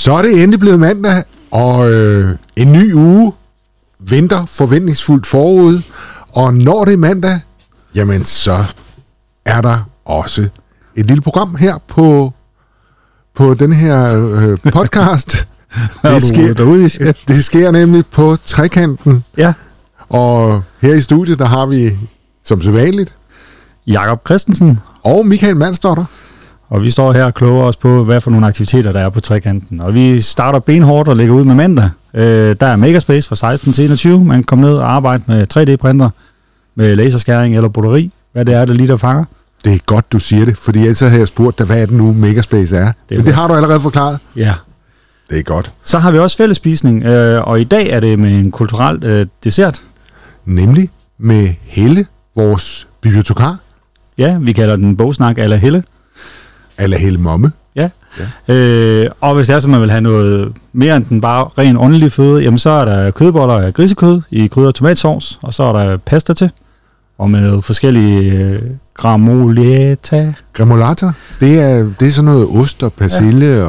Så er det endelig blevet mandag, og en ny uge venter forventningsfuldt forud. Og når det er mandag, jamen så er der også et lille program her på den her podcast. Det sker nemlig på Trekanten. Ja. Og her i studiet, der har vi som sædvanligt Jakob Christensen og Michael Mandsdotter. Og vi står her og kloger os på, hvad for nogle aktiviteter, der er på Trekanten. Og vi starter benhårdt og lægger ud med mandag. Der er Makerspace fra 16 til 21. Man kan komme ned og arbejde med 3D-printer, med laserskæring eller broderi. Hvad det er, der lige der fanger. Det er godt, du siger det, fordi ellers havde jeg spurgt dig, hvad er det nu, Makerspace er? Men det har du allerede forklaret. Ja. Det er godt. Så har vi også fællesspisning, og i dag er det med en kulturel dessert. Nemlig med Helle, vores bibliotekar. Ja, vi kalder den bogsnak a la Helle. A la Helle Momme. Ja. Og hvis det er, så man vil have noget mere end den bare ren åndelig føde, jamen så er der kødboller af grisekød i krydder og tomatsauce, og så er der pasta til, og med noget forskellige gramolata. Gramolata? Det er sådan noget ost og persille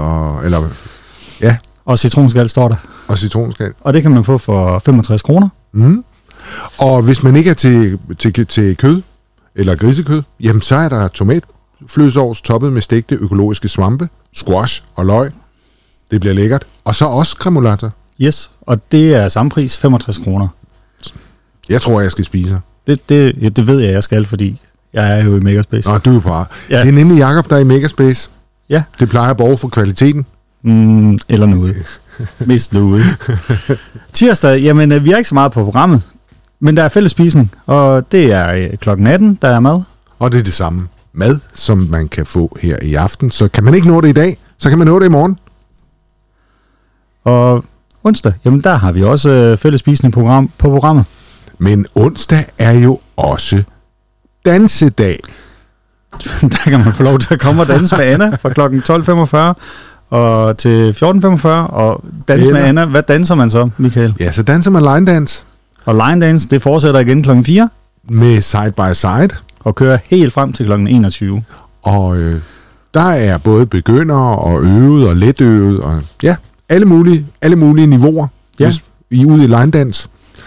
og citronskal står der. Og citronskal. Og det kan man få for 65 kroner. Mm. Og hvis man ikke er til kød eller grisekød, jamen så er der tomatflødesovs toppet med stegte økologiske svampe, squash og løg. Det bliver lækkert. Og så også gramolata. Yes, og det er samme pris, 65 kroner. Jeg tror, jeg skal spise. Det ved jeg skal, fordi jeg er jo i Makerspace. Nå, du er bare. Ja. Det er nemlig Jakob, der er i Makerspace. Ja. Det plejer at borge for kvaliteten. Eller noget. Mest noget. Tirsdag, jamen vi er ikke så meget på programmet, men der er fællesspisning, og det er klokken 18, der er mad. Og det er det samme mad, som man kan få her i aften. Så kan man ikke nå det i dag, så kan man nå det i morgen. Og onsdag, jamen der har vi også fællesspisning på programmet. Men onsdag er jo også dansedag. Der kan man få lov til at komme og danse med Anna fra klokken 12.45 og til 14.45 og danse med Anna. Hvad danser man så, Michael? Ja, så danser man line dance. Og line dance, det fortsætter igen klokken 4. Med side by side. Og kører helt frem til klokken 21. Og der er både begyndere og øvet og letøvet og ja, alle mulige niveauer, ja. Hvis vi er ude i line dance.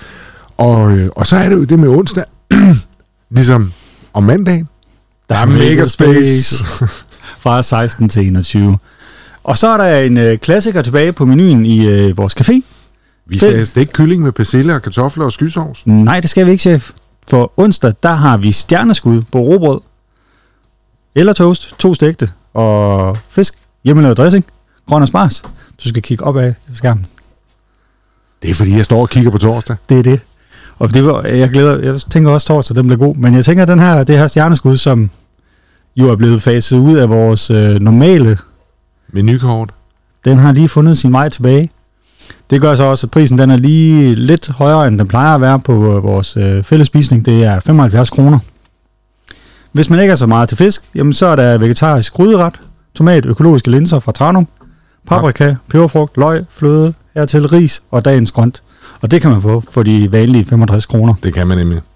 Og så er det jo det med onsdag, ligesom om mandagen. Der er Makerspace fra 16 til 21. Og så er der en klassiker tilbage på menuen i vores café. Vi skal stege kylling med persille og kartofler og skysovs. Nej, det skal vi ikke, chef. For onsdag, der har vi stjerneskud på rugbrød. Eller toast, 2 stegte. Og fisk, hjemmelavet dressing, grøn og spars. Du skal kigge op af skærmen. Det er fordi, jeg står og kigger på torsdag. Det er det. Og jeg tænker også torsdag, den bliver god. Men jeg tænker, det her stjerneskud, som jo er blevet faset ud af vores normale menukort, den har lige fundet sin vej tilbage. Det gør så også, at prisen den er lige lidt højere, end den plejer at være på vores fællesspisning. Det er 75 kroner. Hvis man ikke er så meget til fisk, jamen så er der vegetarisk gryderet, tomat, økologiske linser fra Tranum, paprika, peberfrugt, løg, fløde, hertil ris og dagens grønt. Og det kan man få for de vanlige 65 kroner. Det kan man nemlig.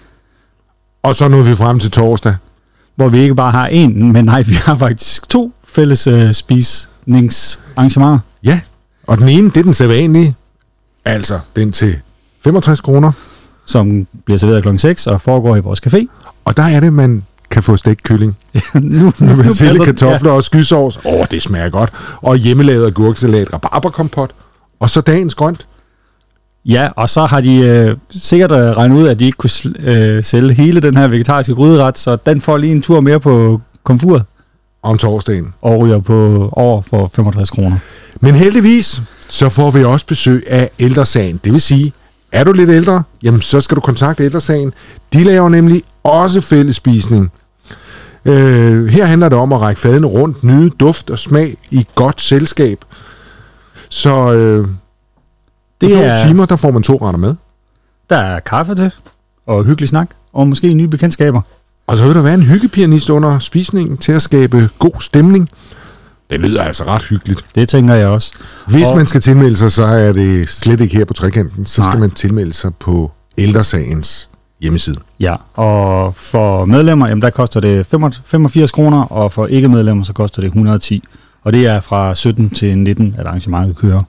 Og så nåede vi frem til torsdag. Hvor vi ikke bare har en, men nej, vi har faktisk 2 fælles spisningsarrangementer. Ja, og den ene, det er den sædvanlige. Altså, den til 65 kroner. Som bliver serveret klokken 6 og foregår i vores café. Og der er det, man kan få stegt kylling. nu persille, kartofler og skysovs. Det smager godt. Og hjemmelavet agurksalat, rabarberkompot. Og så dagens grønt. Ja, og så har de sikkert regnet ud, at de ikke kunne sælge hele den her vegetariske gryderet, så den får lige en tur mere på komfuret. Om torsdagen. Og ryger på over for 65 kroner. Men heldigvis, så får vi også besøg af Ældresagen. Det vil sige, er du lidt ældre, jamen så skal du kontakte Ældresagen. De laver nemlig også fællesspisning. Her handler det om at række fadene rundt, nyde duft og smag i godt selskab. Så det er 2 timer, der får man 2 retter med. Der er kaffe til, og hyggelig snak, og måske nye bekendtskaber. Og så vil der være en hyggepianist under spisningen til at skabe god stemning. Det lyder altså ret hyggeligt. Det tænker jeg også. Hvis man skal tilmelde sig, så er det slet ikke her på Trekanten. Så skal man tilmelde sig på Ældresagens hjemmeside. Ja, og for medlemmer, jamen der koster det 85 kroner, og for ikke-medlemmer, så koster det 110. Og det er fra 17 til 19, at arrangementet kører.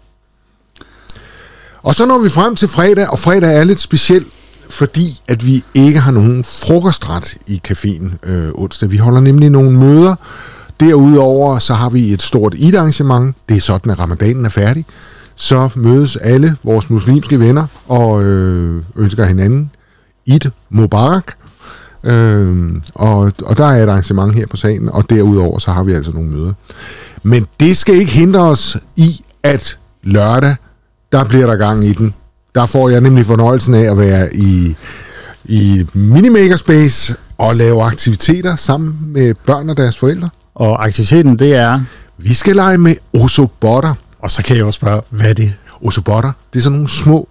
Og så når vi frem til fredag, og fredag er lidt speciel, fordi at vi ikke har nogen frokostret i caféen onsdag. Vi holder nemlig nogle møder. Derudover så har vi et stort Eid-arrangement. Det er sådan, at ramadanen er færdig. Så mødes alle vores muslimske venner og ønsker hinanden Eid Mubarak. Og der er et arrangement her på sagen, og derudover så har vi altså nogle møder. Men det skal ikke hindre os i, at lørdag, der bliver der gang i den. Der får jeg nemlig fornøjelsen af at være i Mini-Makerspace og lave aktiviteter sammen med børn og deres forældre. Og aktiviteten, det er... Vi skal lege med Osobotter. Og så kan jeg også spørge, hvad er det? Osobotter, det er sådan nogle små,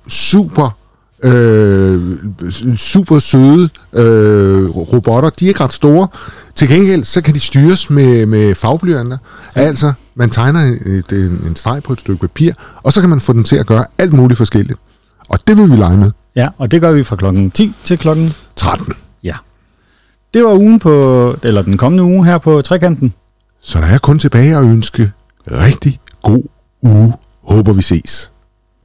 super søde robotter. De er ikke ret store. Til gengæld, så kan de styres med farveblyanter. Altså, man tegner en streg på et stykke papir, og så kan man få den til at gøre alt muligt forskelligt. Og det vil vi lege med. Ja, og det gør vi fra klokken 10 til klokken 13. Ja. Det var den kommende uge her på Trekanten. Så der er kun tilbage at ønske rigtig god uge. Håber vi ses.